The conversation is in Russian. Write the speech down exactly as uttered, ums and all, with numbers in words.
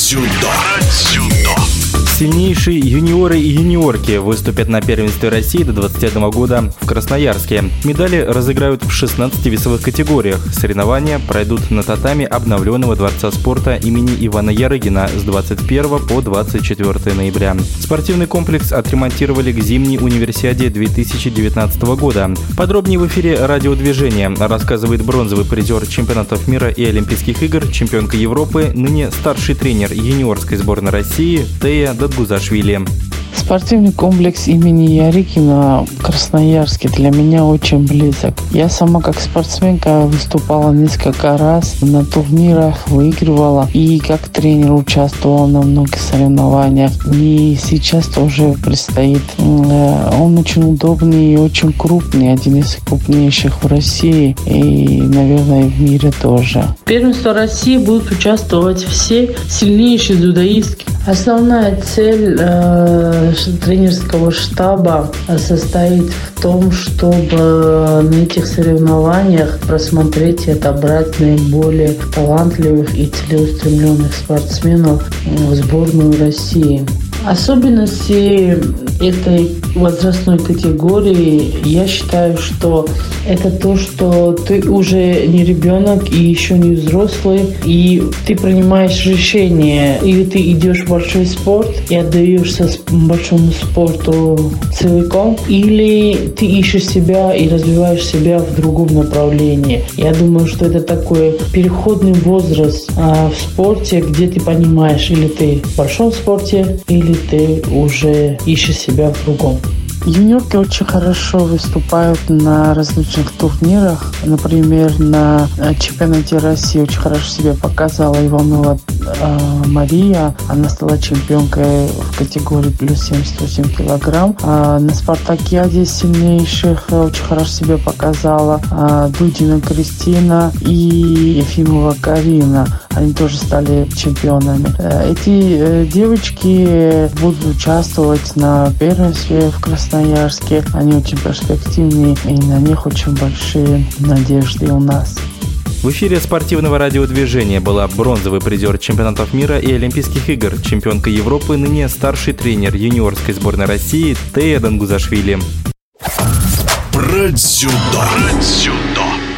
Дзюдо. Сильнейшие юниоры и юниорки выступят на первенстве России до двадцати одного года в Красноярске. Медали разыграют в шестнадцати весовых категориях. Соревнования пройдут на татами обновленного Дворца спорта имени Ивана Ярыгина с двадцать первого по двадцать четвёртое ноября. Спортивный комплекс отремонтировали к зимней универсиаде две тысячи девятнадцатого года. Подробнее в эфире радиодвижения рассказывает бронзовый призер чемпионатов мира и Олимпийских игр, чемпионка Европы, ныне старший тренер юниорской сборной России Тея Дадгузашвили. Спортивный комплекс имени Ярыгина в Красноярске для меня очень близок. Я сама как спортсменка выступала несколько раз на турнирах, выигрывала и как тренер участвовала на многих соревнованиях. И сейчас тоже предстоит. Он очень удобный и очень крупный, один из крупнейших в России и, наверное, в мире тоже. В первенстве России будут участвовать все сильнейшие дзюдоистки. Основная цель э, тренерского штаба состоит в том, чтобы на этих соревнованиях просмотреть и отобрать наиболее талантливых и целеустремленных спортсменов в сборную России. Особенности этой возрастной категории, я считаю, что это то, что ты уже не ребенок и еще не взрослый, и ты принимаешь решение, или ты идешь в большой спорт и отдаешься большому спорту целиком, или ты ищешь себя и развиваешь себя в другом направлении. Я думаю, что это такой переходный возраст а, в спорте, где ты понимаешь, или ты в большом спорте, или ты уже ищешь себя в другом. Юниорки очень хорошо выступают на различных турнирах. Например, на чемпионате России очень хорошо себя показала Иванова э, Мария. Она стала чемпионкой в категории плюс семьдесят восемь килограмм. А на спартакиаде сильнейших очень хорошо себя показала э, Дудина Кристина и Ефимова Карина. Они тоже стали чемпионами. Эти э, девочки будут участвовать на первенстве в Красноярске. Они очень перспективные, и на них очень большие надежды у нас. В эфире спортивного радиодвижения была бронзовый призер чемпионатов мира и Олимпийских игр, чемпионка Европы, ныне старший тренер юниорской сборной России Тея Дадгузашвили. Про дзюдо.